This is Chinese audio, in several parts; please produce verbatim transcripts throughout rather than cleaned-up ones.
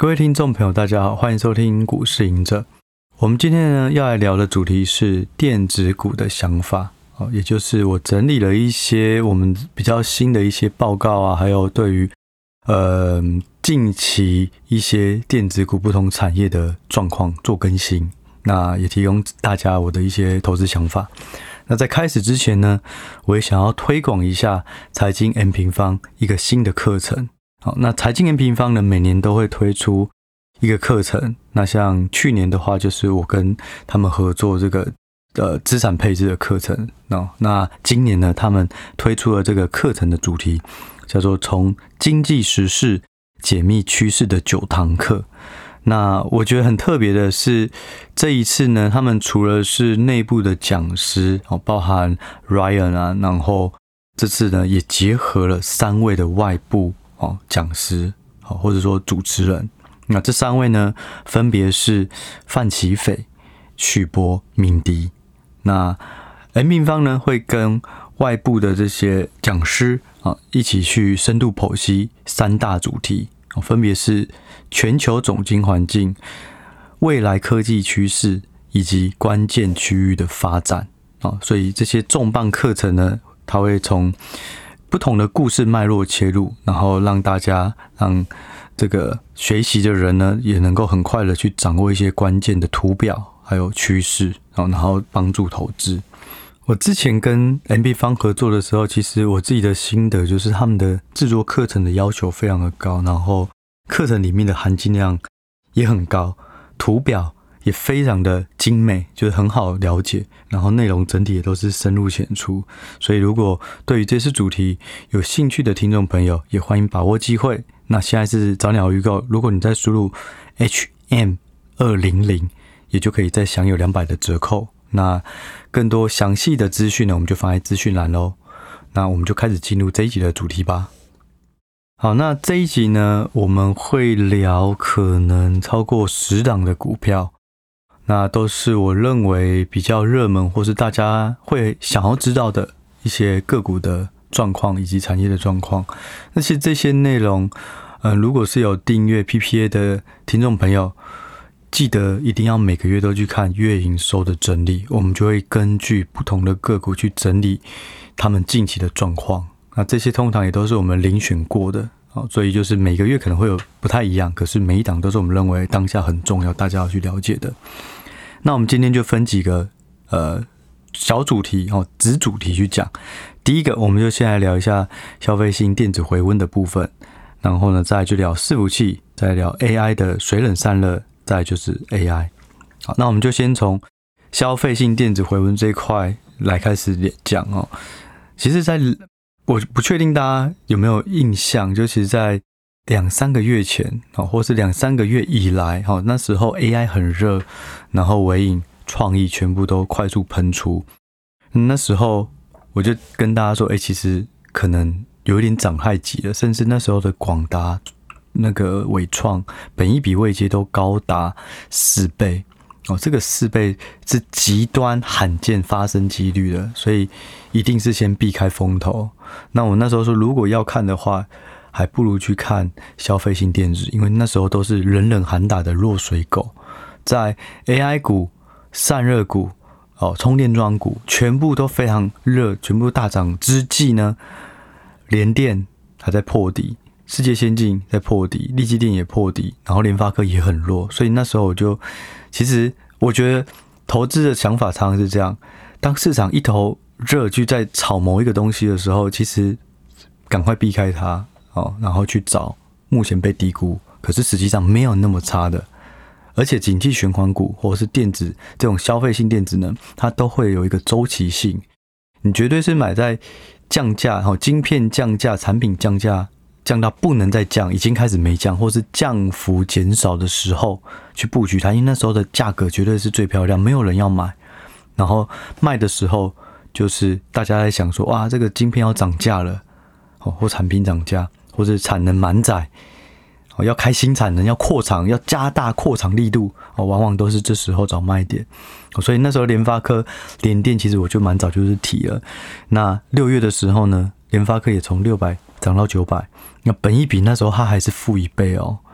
各位听众朋友大家好，欢迎收听股市赢者。我们今天呢要来聊的主题是电子股的想法，也就是我整理了一些我们比较新的一些报告啊，还有对于呃近期一些电子股不同产业的状况做更新，那也提供大家我的一些投资想法。那在开始之前呢，我也想要推广一下财经 M 平方一个新的课程。好，那财经 M 平方呢，每年都会推出一个课程。那像去年的话，就是我跟他们合作这个呃资产配置的课程。那那今年呢，他们推出了这个课程的主题，叫做从经济时事解密趋势的九堂课。那我觉得很特别的是，这一次呢，他们除了是内部的讲师，包含 Ryan 啊，然后这次呢也结合了三位的外部讲师或者说主持人。那这三位呢，分别是范琪斐、许博、敏迪。那 M 平方呢，会跟外部的这些讲师一起去深度剖析三大主题，分别是全球总经环境、未来科技趋势以及关键区域的发展。所以这些重磅课程呢，它会从不同的故事脉络切入，然后让大家让这个学习的人呢，也能够很快的去掌握一些关键的图表还有趋势，然后帮助投资。我之前跟 M 平方合作的时候，其实我自己的心得就是他们的制作课程的要求非常的高，然后课程里面的含金量也很高，图表也非常的精美，就是很好了解，然后内容整体也都是深入浅出。所以如果对于这次主题有兴趣的听众朋友，也欢迎把握机会。那现在是早鸟预购，如果你再输入 H M 二零零， 也就可以再享有两百的折扣。那更多详细的资讯呢，我们就放在资讯栏咯。那我们就开始进入这一集的主题吧。好，那这一集呢，我们会聊可能超过十档的股票，那都是我认为比较热门或是大家会想要知道的一些个股的状况以及产业的状况。那其实这些内容，呃，如果是有订阅 P P A 的听众朋友，记得一定要每个月都去看月营收的整理，我们就会根据不同的个股去整理他们近期的状况。那这些通常也都是我们遴选过的，所以就是每个月可能会有不太一样，可是每一档都是我们认为当下很重要，大家要去了解的。那我们今天就分几个呃小主题哦，子主题去讲。第一个，我们就先来聊一下消费性电子回温的部分，然后呢，再来就聊伺服器，再来聊 A I 的水冷散热，再来就是 A I。好，那我们就先从消费性电子回温这一块来开始讲哦。其实在我不确定大家有没有印象，就其实在两三个月前，或是两三个月以来，那时候 A I 很热，然后微影、创意全部都快速喷出。那时候我就跟大家说，欸，其实可能有一点涨太急了，甚至那时候的广达、那个伟创，本益比位阶都高达四倍。哦，这个四倍是极端罕见发生几率的，所以一定是先避开风头。那我那时候说，如果要看的话，还不如去看消费性电子，因为那时候都是人人喊打的落水狗，在 A I 股、散热股、哦充电桩股全部都非常热，全部大涨之际呢，联电还在破底。世界先进在破底，力积电也破底，然后联发科也很弱，所以那时候我就，其实我觉得投资的想法常常是这样：当市场一头热就在炒某一个东西的时候，其实赶快避开它哦，然后去找目前被低估，可是实际上没有那么差的，而且景气循环股或者是电子这种消费性电子呢，它都会有一个周期性，你绝对是买在降价，晶片降价、产品降价。降到不能再降，已经开始没降，或是降幅减少的时候去布局它，因为那时候的价格绝对是最漂亮，没有人要买。然后卖的时候，就是大家在想说，哇，这个晶片要涨价了，或产品涨价，或是产能满载，要开新产能，要扩厂，要加大扩厂力度，往往都是这时候找卖点。所以那时候联发科、联电其实我就蛮早就是提了。那六月的时候呢，联发科也从六百涨到九百，那本益比那时候它还是负一倍哦。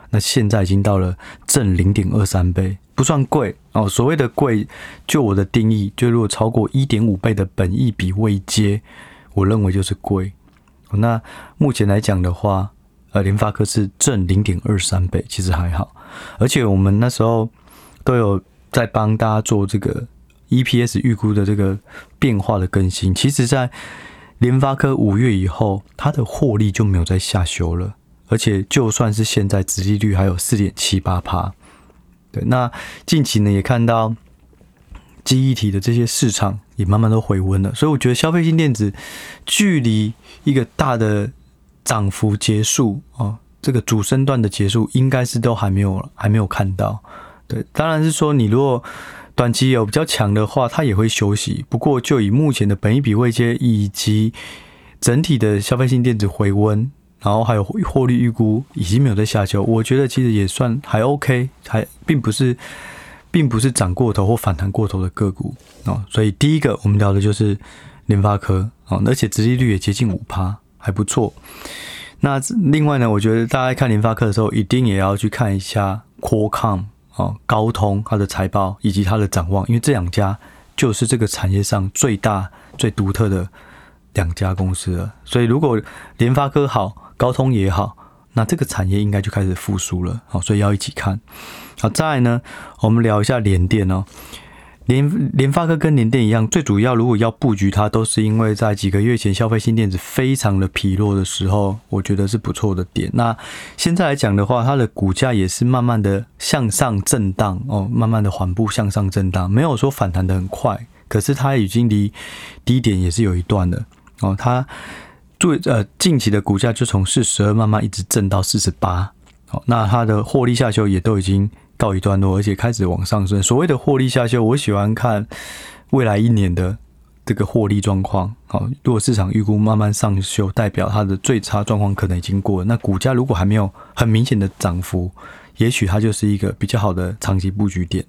那现在已经到了正 零点二三 倍，不算贵哦。所谓的贵，就我的定义，就如果超过 一点五 倍的本益比位阶，我认为就是贵。那目前来讲的话，呃，联发科是正 零点二三 倍，其实还好。而且我们那时候都有在帮大家做这个 E P S 预估的这个变化的更新。其实，在联发科五月以后，它的获利就没有再下修了。而且就算是现在殖利率还有 百分之四点七八， 对，那近期呢也看到记忆体的这些市场也慢慢都回温了，所以我觉得消费性电子距离一个大的涨幅结束哦，这个主升段的结束应该是都还没有还没有看到。对，当然是说你如果短期有比较强的话，它也会休息。不过就以目前的本益比位阶以及整体的消费性电子回温，然后还有获利预估已经没有在下修，我觉得其实也算还 OK， 还并不是并不是涨过头或反弹过头的个股哦。所以第一个我们聊的就是联发科哦，而且殖利率也接近 百分之五， 还不错。那另外呢，我觉得大家看联发科的时候，一定也要去看一下 Qualcomm 哦，高通它的财报以及它的展望，因为这两家就是这个产业上最大最独特的两家公司了。所以如果联发科好，高通也好，那这个产业应该就开始复苏了，好，所以要一起看。好，再来呢，我们聊一下联电哦。联联发科跟联电一样，最主要如果要布局它，都是因为在几个月前消费性电子非常的疲弱的时候，我觉得是不错的点。那现在来讲的话，它的股价也是慢慢的向上震荡哦，慢慢的缓步向上震荡，没有说反弹的很快，可是它已经离低点也是有一段了哦，它。最呃近期的股价就从四十二慢慢一直震到四十八，好，那它的获利下修也都已经告一段落，而且开始往上升。所谓的获利下修，我喜欢看未来一年的这个获利状况。好，如果市场预估慢慢上修，代表它的最差状况可能已经过了。那股价如果还没有很明显的涨幅，也许它就是一个比较好的长期布局点。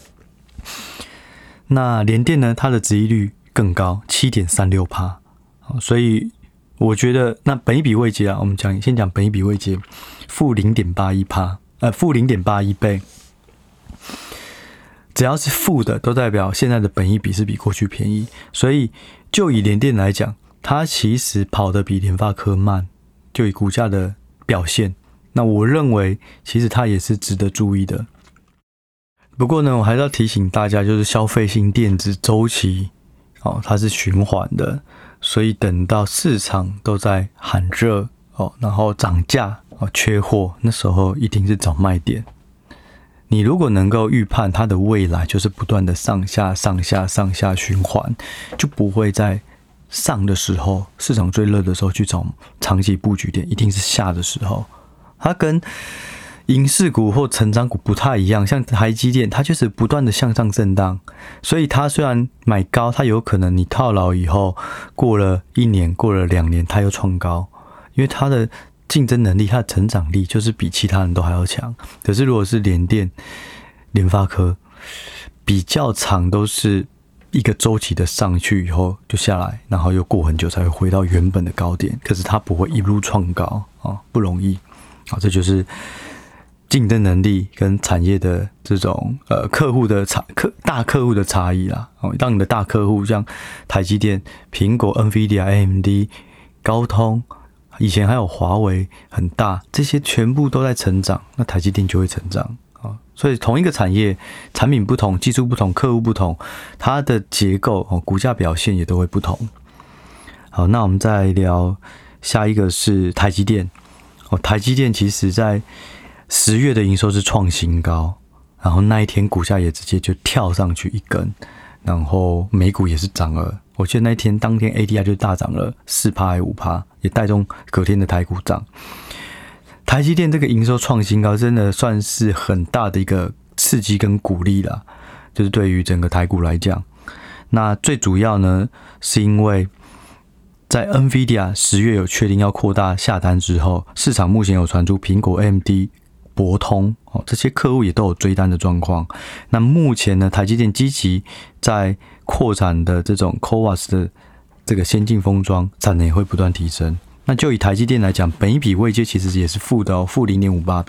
那联电呢，它的殖利率更高 百分之七点三六， 所以我觉得那本益比位阶啊，我们讲先讲本益比位阶，负 零点八一， 呃，负 零点八一 倍，只要是负的，都代表现在的本益比是比过去便宜。所以就以联电来讲，它其实跑得比联发科慢，就以股价的表现，那我认为其实它也是值得注意的。不过呢，我还是要提醒大家，就是消费性电子周期哦，它是循环的。所以等到市场都在喊热哦，然后涨价哦，缺货，那时候一定是找卖点。你如果能够预判它的未来就是不断的上下上下上下循环，就不会在上的时候市场最热的时候去找长期布局点，一定是下的时候。它跟影视股或成长股不太一样，像台积电，它就是不断的向上震荡，所以它虽然买高，它有可能你套牢以后，过了一年，过了两年，它又创高，因为它的竞争能力、它的成长力就是比其他人都还要强。可是如果是联电、联发科，比较长都是一个周期的上去以后就下来，然后又过很久才会回到原本的高点，可是它不会一路创高啊，不容易啊，这就是竞争能力跟产业的这种呃客户的差客大客户的差异啦。哦，当你的大客户像台积电、苹果、N V I D I A、A M D、高通，以前还有华为很大，这些全部都在成长，那台积电就会成长啊。所以同一个产业，产品不同，技术不同，客户不同，它的结构哦，股价表现也都会不同。好，那我们再聊下一个是台积电哦，台积电其实在十月的营收是创新高，然后那一天股价也直接就跳上去一根，然后美股也是涨了，我记得那一天当天 A D I 就大涨了 百分之四 还是 百分之五， 也带动隔天的台股涨。台积电这个营收创新高真的算是很大的一个刺激跟鼓励啦，就是对于整个台股来讲。那最主要呢是因为在 N V I D I A 十月有确定要扩大下单之后，市场目前有传出苹果、A M D、博通、哦、这些客户也都有追单的状况。那目前呢，台积电积极在扩产的这种 C O V A S 的这个先进封装产能也会不断提升。那就以台积电来讲，本益比位阶其实也是负的哦，负 零点五八 倍，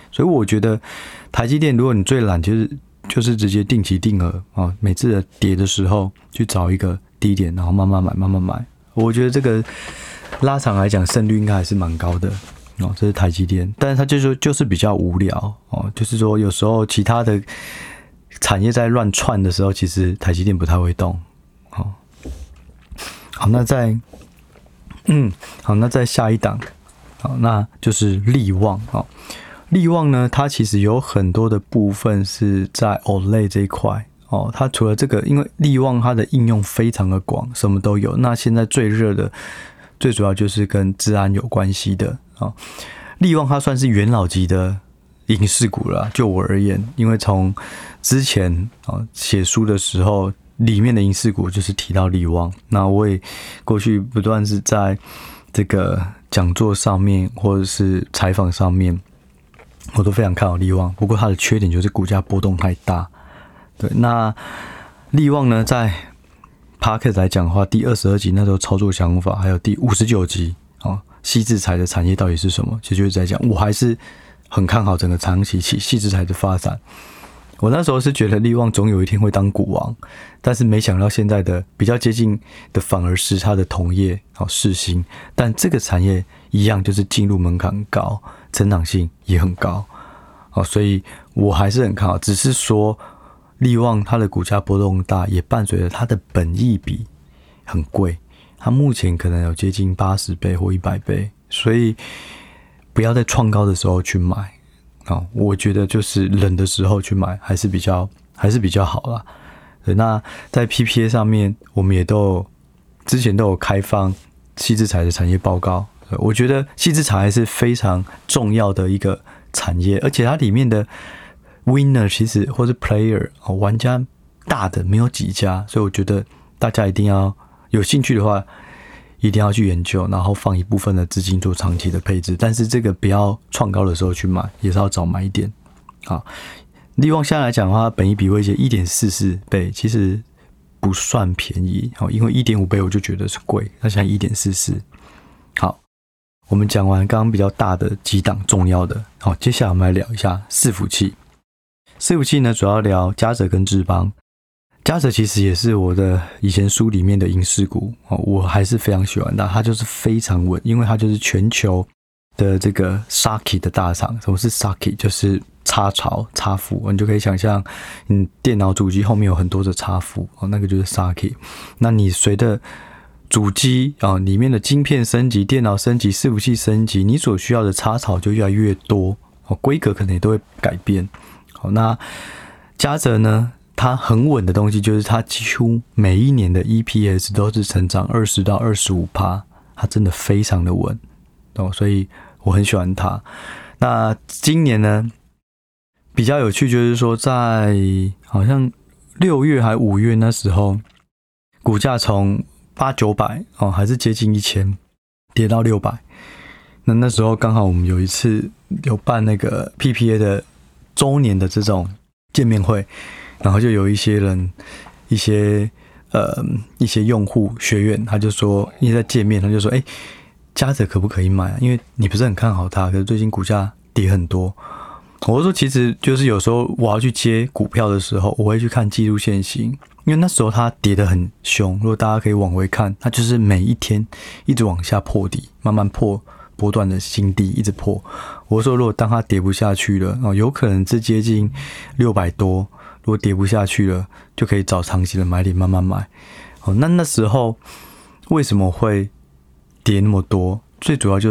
所以我觉得台积电，如果你最懒，就是就是直接定期定额啊，每次的跌的时候去找一个低点，然后慢慢买，慢慢买。我觉得这个拉长来讲，胜率应该还是蛮高的哦。这是台积电，但是它就是就是比较无聊哦，就是说有时候其他的产业在乱窜的时候，其实台积电不太会动。好，好，那在嗯，好，那在下一档，好，那就是力旺哦。力旺呢，它其实有很多的部分是在 O L E D 这一块哦。它除了这个，因为力旺它的应用非常的广，什么都有。那现在最热的，最主要就是跟治安有关系的哦。力旺它算是元老级的影视股了，就我而言，因为从之前哦写书的时候，里面的影视股就是提到力旺。那我也过去不断是在这个讲座上面或者是采访上面。我都非常看好力旺，不过它的缺点就是股价波动太大。对，那力旺呢，在 Podcast 来讲的话，第二十二集那时候操作想法，还有第五十九集哦，矽智财的产业到底是什么？其实就是在讲，我还是很看好整个长期矽智财的发展。我那时候是觉得力旺总有一天会当股王，但是没想到现在的比较接近的反而是它的同业哦世芯，但这个产业一样就是进入门槛高，成长性也很高哦，所以我还是很看好，只是说力旺它的股价波动大，也伴随着它的本益比很贵，它目前可能有接近八十倍或一百倍，所以不要在创高的时候去买。哦，我觉得就是冷的时候去买还是比较还是比较好啦。对，那在 P P A 上面，我们也都有之前都有开放矽智财的产业报告。我觉得矽智财是非常重要的一个产业，而且它里面的 winner 其实或是 player 哦，玩家大的没有几家，所以我觉得大家一定要有兴趣的话。一定要去研究，然后放一部分的资金做长期的配置，但是这个不要创高的时候去买，也是要找买点。好，力旺现在来讲的话，本益比位阶 一点四四 倍，其实不算便宜，因为 一点五 倍我就觉得是贵，那现在 一点四四。好，我们讲完刚刚比较大的几档重要的，好，接下来我们来聊一下伺服器。伺服器呢，主要聊嘉泽跟智邦。嘉泽其实也是我的以前书里面的影视股，我还是非常喜欢它，它就是非常稳，因为它就是全球的这个 socket 的大厂。什么是 socket？ 就是插槽、插埠，你就可以想象，你电脑主机后面有很多的插埠，那个就是 socket。那你随着主机里面的晶片升级、电脑升级、伺服器升级，你所需要的插槽就越来越多，规格可能也都会改变。好，那嘉泽呢？它很稳的东西就是它几乎每一年的 E P S 都是成长 百分之二十到百分之二十五， 它真的非常的稳哦，所以我很喜欢它。那今年呢比较有趣就是说，在好像六月还五月那时候，股价从八九百哦，还是接近一千，跌到六百。那那时候刚好我们有一次有办那个 P P A 的周年的这种见面会。然后就有一些人，一些呃一些用户学员，他就说，因为在见面，他就说，哎，嘉泽可不可以买啊？因为你不是很看好它，可是最近股价跌很多。我说，其实就是有时候我要去接股票的时候，我会去看季度线型，因为那时候它跌得很凶。如果大家可以往回看，它就是每一天一直往下破底，慢慢破波段的新低，一直破。我说，如果当它跌不下去了，哦，有可能是接近六百多。如果跌不下去了，就可以找长期的买点慢慢买。哦，那那时候为什么会跌那么多？最主要就是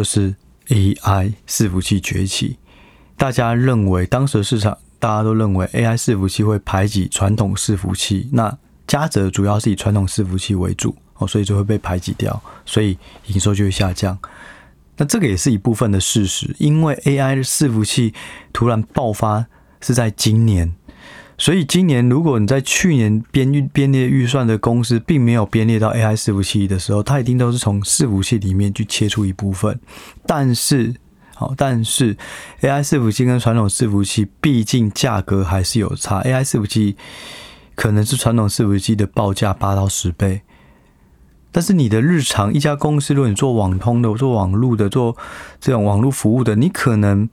A I 伺服器崛起。大家认为当时市场大家都认为 A I 伺服器会排挤传统伺服器，那嘉泽主要是以传统伺服器为主，哦，所以就会被排挤掉，所以营收就会下降。那这个也是一部分的事实，因为 A I 的伺服器突然爆发是在今年。所以今年如果你在去年编编列预算的公司并没有编列到 A I 伺服器的时候，它一定都是从伺服器里面去切出一部分。但是好，但是 A I 伺服器跟传统伺服器毕竟价格还是有差， A I 伺服器可能是传统伺服器的报价八到十倍。但是你的日常一家公司，如果你做网通的、做网路的、做这种网络服务的，你可能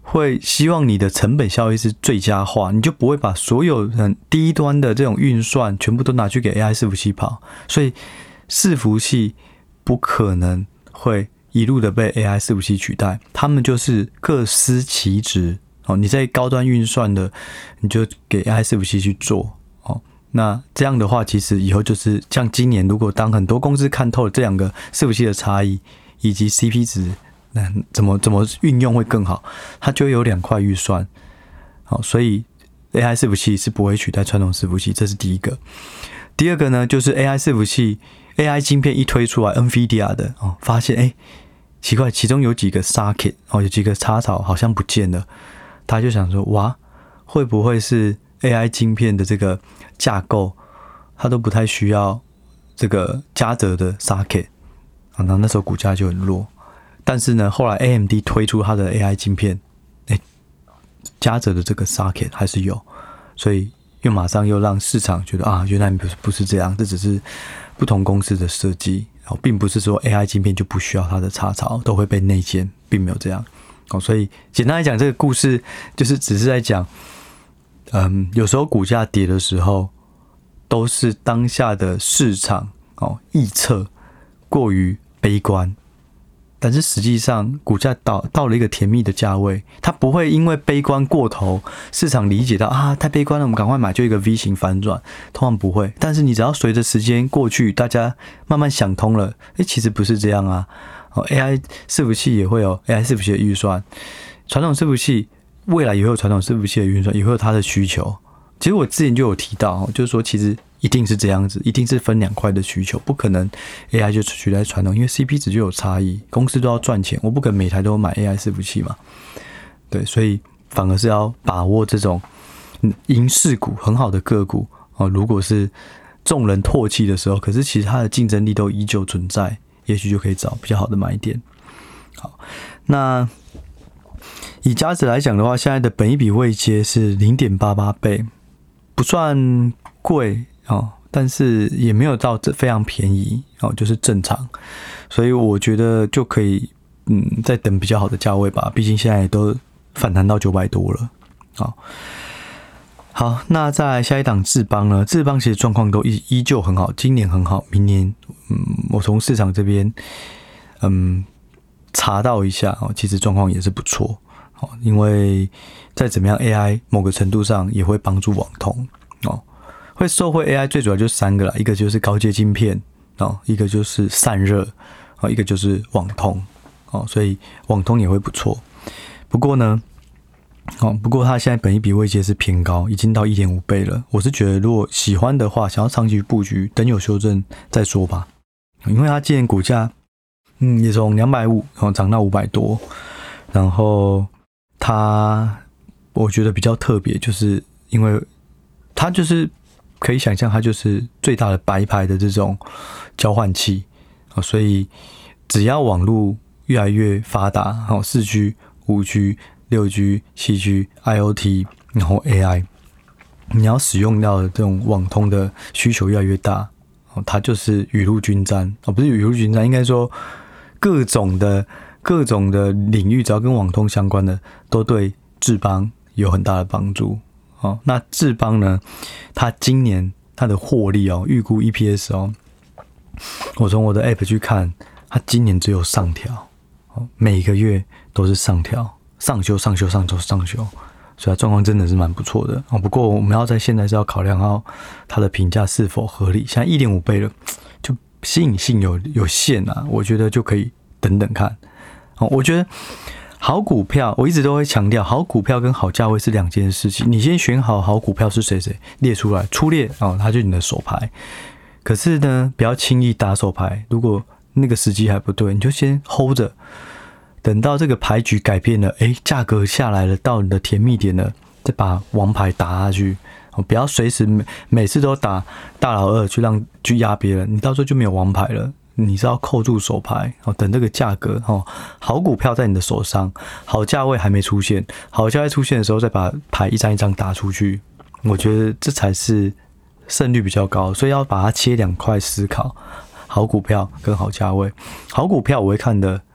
会希望你的成本效益是最佳化，你就不会把所有很低端的这种运算全部都拿去给 A I 伺服器跑，所以伺服器不可能会一路的被 A I 伺服器取代，他们就是各司其职。哦，你在高端运算的，你就给 A I 伺服器去做。哦，那这样的话，其实以后就是像今年，如果当很多公司看透了这两个伺服器的差异以及 C P 值，那怎么怎么运用会更好，它就会有两块预算。好，所以 A I 伺服器是不会取代传统伺服器，这是第一个。第二个呢，就是 A I 伺服器 A I 晶片一推出来 ，NVIDIA 的哦，发现哎、欸、奇怪，其中有几个 socket 哦，有几个插槽好像不见了，他就想说哇，会不会是 A I 晶片的这个架构，它都不太需要这个嘉泽的 socket 啊？然后那时候股价就很弱。但是呢，后来 A M D 推出它的 A I 晶片，哎、欸，嘉泽的这个 socket 还是有，所以又马上又让市场觉得啊，原来不是不是这样，这只是不同公司的设计，并不是说 A I 晶片就不需要它的插槽，都会被内建，并没有这样。所以简单来讲，这个故事就是只是在讲，嗯，有时候股价跌的时候，都是当下的市场哦臆测过于悲观。但是实际上，股价到到了一个甜蜜的价位，它不会因为悲观过头，市场理解到啊太悲观了，我们赶快买，就一个 V 型反转，通常不会。但是你只要随着时间过去，大家慢慢想通了，哎，其实不是这样啊。哦 ，A I 伺服器也会有 A I 伺服器的预算，传统伺服器未来也会有传统伺服器的预算，也会有它的需求。其实我之前就有提到，就是说其实一定是这样子，一定是分两块的需求，不可能 A I 就取代传统，因为 C P 值就有差异，公司都要赚钱，我不可能每台都买 A I 伺服器嘛。对，所以反而是要把握这种银饰股很好的个股哦，如果是众人唾弃的时候，可是其实它的竞争力都依旧存在，也许就可以找比较好的买点。好，那以嘉泽来讲的话，现在的本益比位阶是 零点八八 倍。不算贵哦，但是也没有到非常便宜哦，就是正常，所以我觉得就可以嗯再等比较好的价位吧，毕竟现在也都反弹到九百多了。好，好，那再来下一档智邦呢？智邦其实状况都依依旧很好，今年很好，明年嗯，我从市场这边嗯查到一下哦，其实状况也是不错。因为再怎么样 A I 某个程度上也会帮助网通哦，会受惠 A I 最主要就是三个啦，一个就是高阶晶片哦，一个就是散热哦，一个就是网通哦，所以网通也会不错。不过呢，哦，不过它现在本益比位阶是偏高，已经到 一点五 倍了。我是觉得如果喜欢的话，想要长期布局，等有修正再说吧。因为它今年股价嗯也从两百五然后涨到五百多，然后它我觉得比较特别，就是因为它就是可以想象，它就是最大的白牌的这种交换器，所以只要网络越来越发达，四 G、五 G、六 G、七 G、I O T， 然后 A I， 你要使用到的这种网通的需求越来越大，它就是雨露均沾，不是雨露均沾，应该说各种的。各种的领域，只要跟网通相关的，都对智邦有很大的帮助。哦，那智邦呢？它今年它的获利哦，预估 E P S 哦，我从我的 App 去看，它今年只有上调，哦，每个月都是上调，上修、上修、上修、上修，所以它状况真的是蛮不错的。哦，不过我们要在现在是要考量到它的评价是否合理，现在 一点五 倍了，就吸引性有有限啊，我觉得就可以等等看。我觉得好股票，我一直都会强调，好股票跟好价位是两件事情。你先选好好股票是谁谁列出来，初列哦，它就是你的手牌。可是呢，不要轻易打手牌，如果那个时机还不对，你就先 hold 着，等到这个牌局改变了，哎，价格下来了，到你的甜蜜点了，再把王牌打下去。不要随时每每次都打大老二去让去压别人，你到时候就没有王牌了。你是要扣住手牌，等这个价格，好股票在你的手上，好价位还没出现，好价位出现的时候再把牌一张一张打出去，我觉得这才是胜率比较高，所以要把它切两块思考，好股票跟好价位。好股票我会看的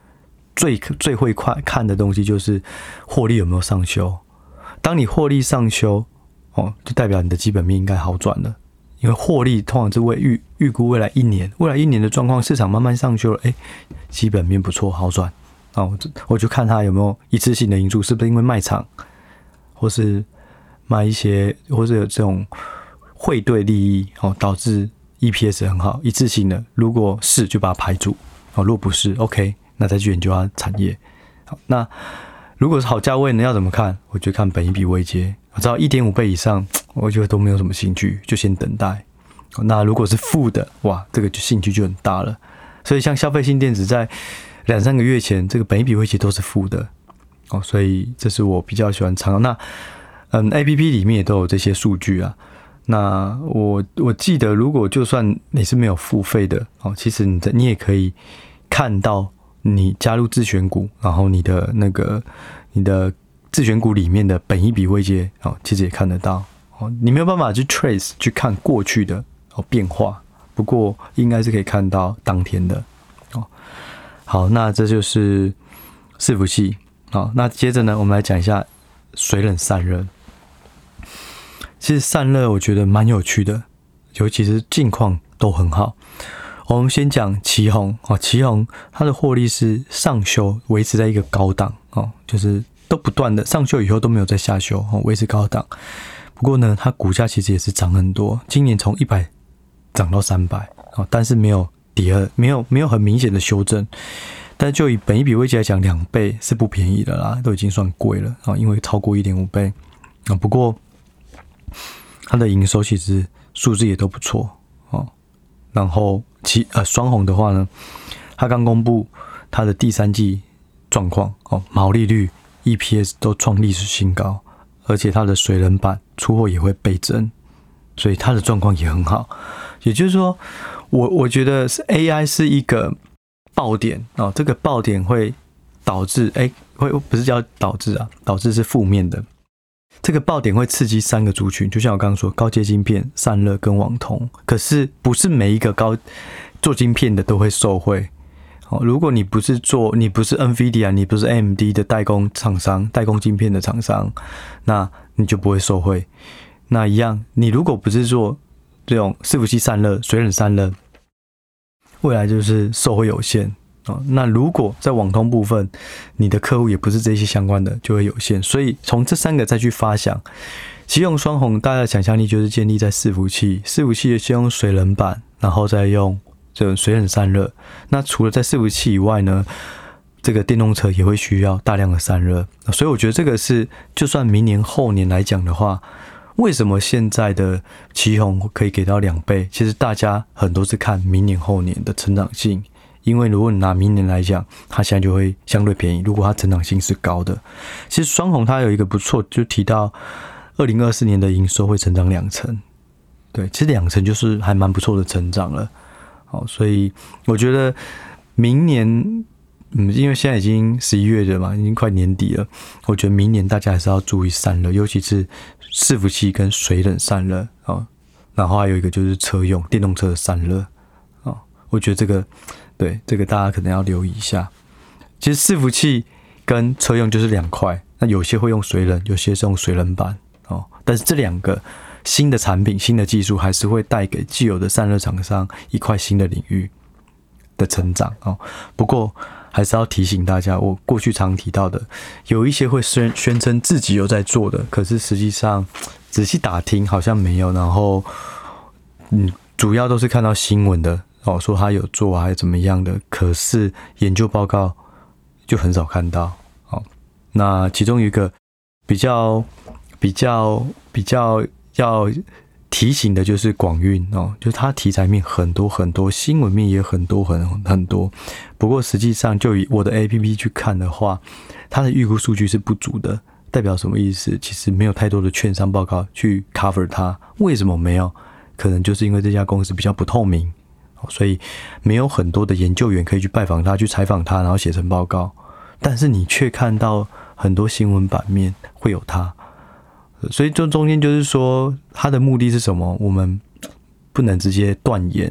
最最会看的东西就是获利有没有上修。当你获利上修，哦，就代表你的基本面应该好转了。因为获利通常是为预预估未来一年，未来一年的状况，市场慢慢上修了，哎，基本面不错，好转。啊，我我就看它有没有一次性的因素，是不是因为卖场，或是卖一些，或是有这种汇兑利益，哦，导致 E P S 很好，一次性的。如果是，就把它排除。哦，如果不是 ，OK， 那再去研究它产业。好，那如果是好价位呢，要怎么看？我就看本益比位阶。我知道 一点五 倍以上，我觉得都没有什么兴趣，就先等待。那如果是负的，哇，这个就兴趣就很大了。所以像消费性电子在两三个月前，这个本益比位阶都是负的，哦，所以这是我比较喜欢参考。那嗯 ，A P P 里面也都有这些数据啊。那我我记得，如果就算你是没有付费的，哦，其实你你也可以看到你加入自选股，然后你的那个你的自选股里面的本益比位阶，哦，其实也看得到。哦，你没有办法去 trace 去看过去的哦变化，不过应该是可以看到当天的。哦，好，那这就是伺服器。好，那接着呢，我们来讲一下水冷散热。其实散热我觉得蛮有趣的，尤其是近况都很好。我们先讲奇鋐哦，奇鋐它的获利是上修，维持在一个高档哦，就是都不断的上修以后都没有再下修哦，维持高档。不过呢，它股价其实也是涨很多，今年从一百涨到三百哦，但是没有跌，没有没有很明显的修正。但就以本益比位阶来讲，两倍是不便宜的啦，都已经算贵了啊，因为超过 一点五 倍啊。不过它的营收其实数字也都不错哦。然后其呃双红的话呢，它刚公布它的第三季状况哦，毛利率、E P S 都创历史新高，而且它的水冷板出货也会倍增，所以它的状况也很好。也就是说，我我觉得是 A I 是一个爆点哦，这个爆点会导致哎，会不是叫导致啊，导致是负面的。这个爆点会刺激三个族群，就像我刚刚说，高阶晶片、散热跟网通。可是不是每一个高做晶片的都会受惠。哦，如果你不是做，你不是 NVIDIA， 你不是 A M D 的代工厂商、代工晶片的厂商，那你就不会受惠。那一样，你如果不是做这种伺服器散热、水冷散热，未来就是受惠有限。哦，那如果在网通部分，你的客户也不是这些相关的，就会有限。所以从这三个再去发想，奇鋐双红，大家的想象力就是建立在伺服器，伺服器先用水冷板，然后再用这种水冷散热。那除了在伺服器以外呢，这个电动车也会需要大量的散热。所以我觉得这个是，就算明年后年来讲的话，为什么现在的奇鋐可以给到两倍？其实大家很多是看明年后年的成长性。因为如果你拿明年来讲，它现在就会相对便宜。如果它成长性是高的，其实双红它有一个不错，就提到二零二四年的营收会成长两成，对，其实两成就是还蛮不错的成长了。好，所以我觉得明年，嗯，因为现在已经十一月了嘛，已经快年底了，我觉得明年大家还是要注意散热，尤其是伺服器跟水冷散热哦。然后还有一个就是车用电动车的散热哦，我觉得这个。对，这个大家可能要留意一下。其实伺服器跟车用就是两块，那有些会用水冷，有些是用水冷板哦。但是这两个新的产品、新的技术，还是会带给既有的散热厂商一块新的领域的成长哦。不过还是要提醒大家，我过去常提到的，有一些会宣宣称自己有在做的，可是实际上仔细打听好像没有。然后，嗯，主要都是看到新闻的。哦，说他有做还是怎么样的，可是研究报告就很少看到。哦，那其中有一个比较比较比较要提醒的就是广运哦，就是它题材面很多很多，新闻面也很多很很多。不过实际上就以我的 A P P 去看的话，它的预估数据是不足的，代表什么意思？其实没有太多的券商报告去 cover 它。为什么没有？可能就是因为这家公司比较不透明。所以没有很多的研究员可以去拜访他，去采访他，然后写成报告。但是你却看到很多新闻版面会有他，所以这中间就是说他的目的是什么，我们不能直接断言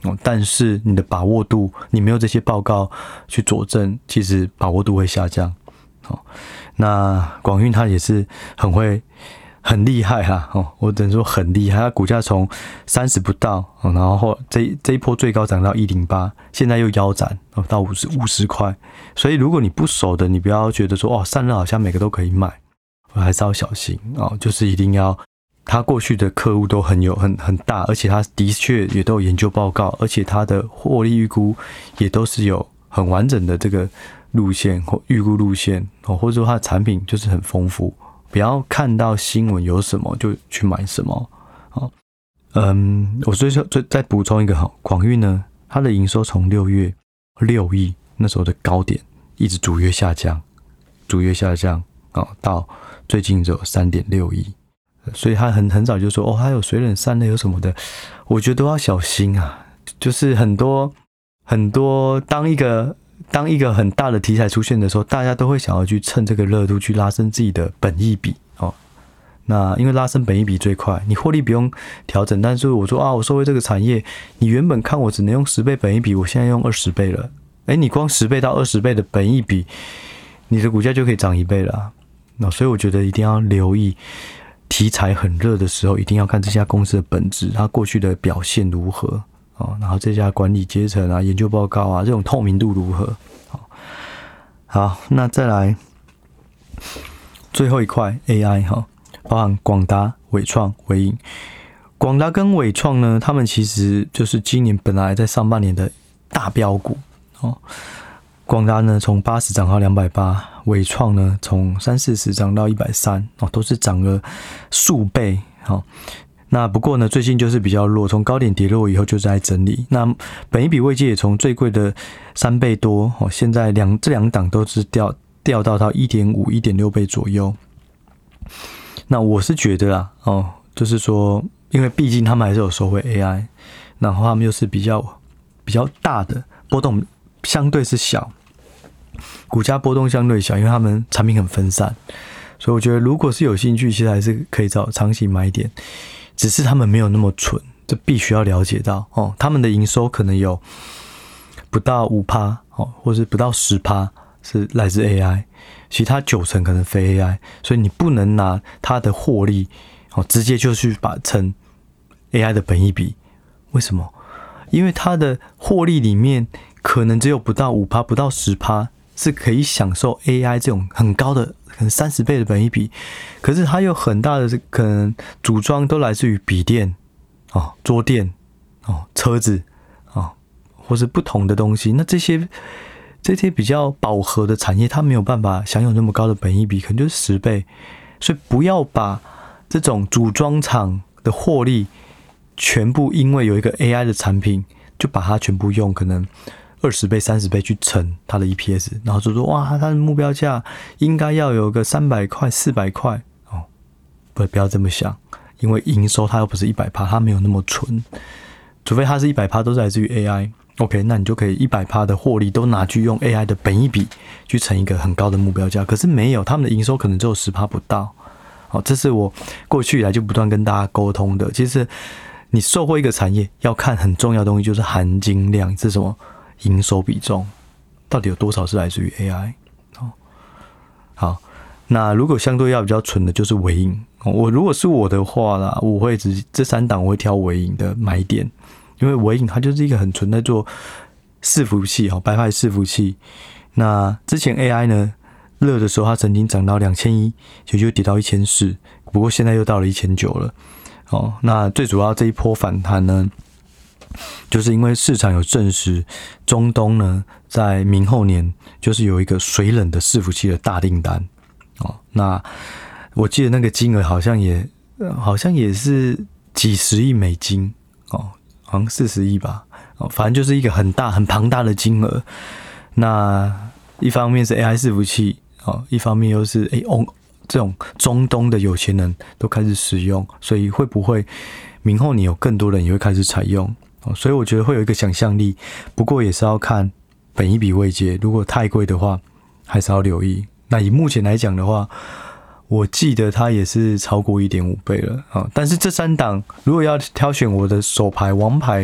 哦，但是你的把握度，你没有这些报告去佐证，其实把握度会下降。哦，那广运它也是很会。很厉害哈、啊、哦，我只能说很厉害。它股价从三十不到、哦，然后这这一波最高涨到一零八，现在又腰斩、哦、到五十五十块。所以如果你不熟的，你不要觉得说哦，散热好像每个都可以买，还是要小心哦。就是一定要，他过去的客户都很有很很大，而且他的确也都有研究报告，而且他的获利预估也都是有很完整的这个路线或预估路线哦，或者说它的产品就是很丰富。不要看到新闻有什么就去买什么，哦，嗯，我最最再补充一个哈，广运呢，它的营收从六月六亿那时候的高点，一直逐月下降，逐月下降哦，到最近只有三点六亿，所以他很很早就说哦，还有水冷散热有什么的，我觉得都要小心啊，就是很多很多当一个。当一个很大的题材出现的时候，大家都会想要去趁这个热度去拉升自己的本益比哦。那因为拉升本益比最快，你获利不用调整。但是我说啊，我收回这个产业，你原本看我只能用十倍本益比，我现在用二十倍了。哎，你光十倍到二十倍的本益比，你的股价就可以涨一倍了、啊。那所以我觉得一定要留意题材很热的时候，一定要看这家公司的本质，它过去的表现如何。哦，然后这家管理阶层啊、研究报告啊，这种透明度如何？好，好，那再来最后一块 A I 哈，包含广达、伟创、伟影。广达跟伟创呢，他们其实就是今年本来在上半年的大标股哦。广达呢从八十涨到两百八，伟创呢从三四十涨到一百三哦，都是涨了数倍哦。那不过呢，最近就是比较弱，从高点跌落以后就是在整理。那本益比位阶也从最贵的三倍多，哦，现在两这两档都是掉掉到到 一点五、一点六倍左右。那我是觉得啦，哦，就是说，因为毕竟他们还是有收回 A I， 然后他们又是比较比较大的波动，相对是小，股价波动相对小，因为他们产品很分散，所以我觉得如果是有兴趣，其实还是可以找长期买点。只是他们没有那么蠢，这必须要了解到哦。他们的营收可能有不到 百分之五% 哦，或是不到 百分之十% 是来自 A I， 其他九成可能非 A I， 所以你不能拿它的获利哦直接就去把成 A I 的本益比。为什么？因为它的获利里面可能只有不到 百分之五%、不到 百分之十% 是可以享受 A I 这种很高的。可能三十倍的本益比，可是它有很大的可能组装都来自于笔电、哦、桌垫、哦、车子、哦、或是不同的东西。那这些这些比较饱和的产业，它没有办法享有那么高的本益比，可能就是十倍。所以不要把这种组装厂的获利全部因为有一个 A I 的产品，就把它全部用可能。二十倍、三十倍去乘它的 E P S， 然后就说哇，它的目标价应该要有个三百块、四百块哦，不不要这么想，因为营收它又不是一百趴，它没有那么纯，除非它是一百趴都是来自于 A I。OK， 那你就可以一百趴的获利都拿去用 A I 的本益比去乘一个很高的目标价，可是没有，他们的营收可能只有十趴不到。哦，这是我过去以来就不断跟大家沟通的。其实你受惠一个产业要看很重要的东西，就是含金量，这是什么？营收比重到底有多少是来自于 A I？ 哦，好，那如果相对要比较纯的，就是微影。我如果是我的话啦，我会只这三档我会挑微影的买点，因为微影它就是一个很纯在做伺服器哦，白牌伺服器。那之前 A I 呢热的时候，它曾经涨到两千一，就就跌到一千四，不过现在又到了一千九了。哦，那最主要这一波反弹呢？就是因为市场有证实，中东呢在明后年就是有一个水冷的伺服器的大订单哦。那我记得那个金额好像也好像也是几十亿美金哦，好像四十亿吧哦，反正就是一个很大很庞大的金额。那一方面是 A I 伺服器哦，一方面又是哎哦这种中东的有钱人都开始使用，所以会不会明后年有更多人也会开始采用？所以我觉得会有一个想象力，不过也是要看本益比位阶，如果太贵的话，还是要留意。那以目前来讲的话，我记得它也是超过 一点五倍了啊。但是这三档如果要挑选我的手牌王牌，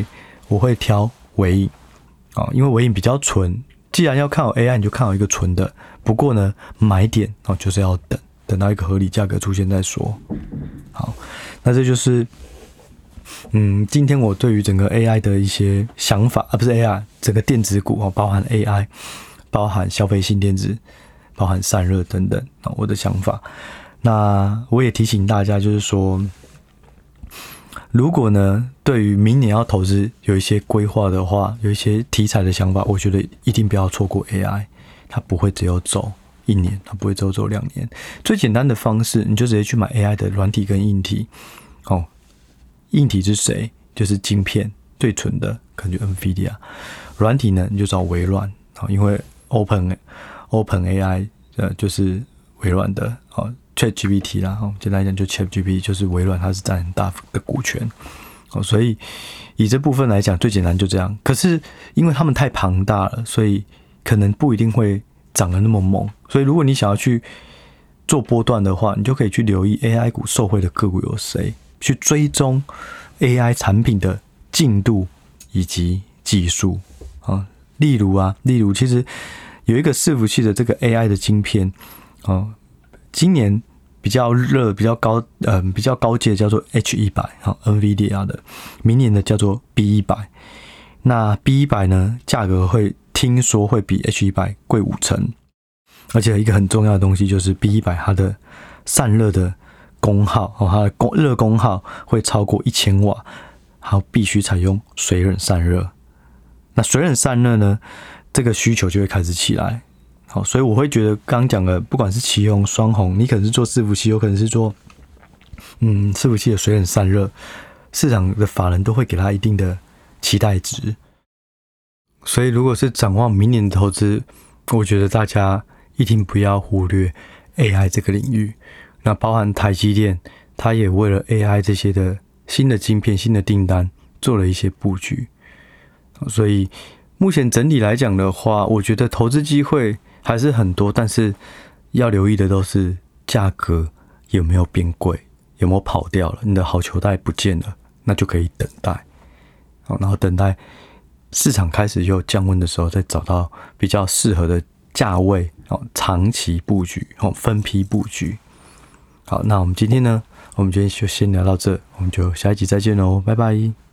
我会挑微影哦，因为微影比较纯。既然要看好 A I， 你就看好一个纯的。不过呢，买点哦就是要等，等到一个合理价格出现再说。好，那这就是嗯，今天我对于整个 A I 的一些想法啊，不是 A I， 整个电子股哦，包含 A I， 包含消费性电子，包含散热等等哦，我的想法。那我也提醒大家，就是说，如果呢，对于明年要投资有一些规划的话，有一些题材的想法，我觉得一定不要错过 A I， 它不会只有走一年，它不会只有走两年。最简单的方式，你就直接去买 A I 的软体跟硬体。哦，硬体是谁？就是晶片最纯的，可能就 NVIDIA。软体呢，你就找微软，因为 Open Open A I 呃就是微软的哦。ChatGPT 啦，简单来讲就 ChatGPT 就是微软，它是占很大的股权，所以以这部分来讲最简单就这样。可是因为他们太庞大了，所以可能不一定会涨得那么猛。所以如果你想要去做波段的话，你就可以去留意 A I 股受惠的个股有谁，去追踪 A I 产品的进度以及技术啊。例如啊，例如其实有一个伺服器的这个 A I 的晶片啊，今年比较热、比较高、呃、比较高阶的叫做 H 一百 NVIDIA 的，明年的叫做 B 一百。那 B 一百 呢，价格会听说会比 H 一百 贵五成，而且一个很重要的东西就是 B 一百 它的散热的功耗，它的热功耗会超过一千瓦，还必须采用水冷散热。那水冷散热呢，这个需求就会开始起来。好，所以我会觉得刚刚讲的，不管是奇鋐、双虹，你可能是做伺服器，有可能是做嗯伺服器的水冷散热，市场的法人都会给他一定的期待值。所以如果是展望明年的投资，我觉得大家一定不要忽略 A I 这个领域。那包含台积电，它也为了 A I 这些的新的晶片、新的订单做了一些布局。所以目前整体来讲的话，我觉得投资机会还是很多，但是要留意的都是价格有没有变贵，有没有跑掉了，你的好球袋不见了，那就可以等待，然后等待市场开始又降温的时候，再找到比较适合的价位，长期布局，分批布局。好，那我们今天呢，我们今天就先聊到这，我们就下一集再见喽，拜拜。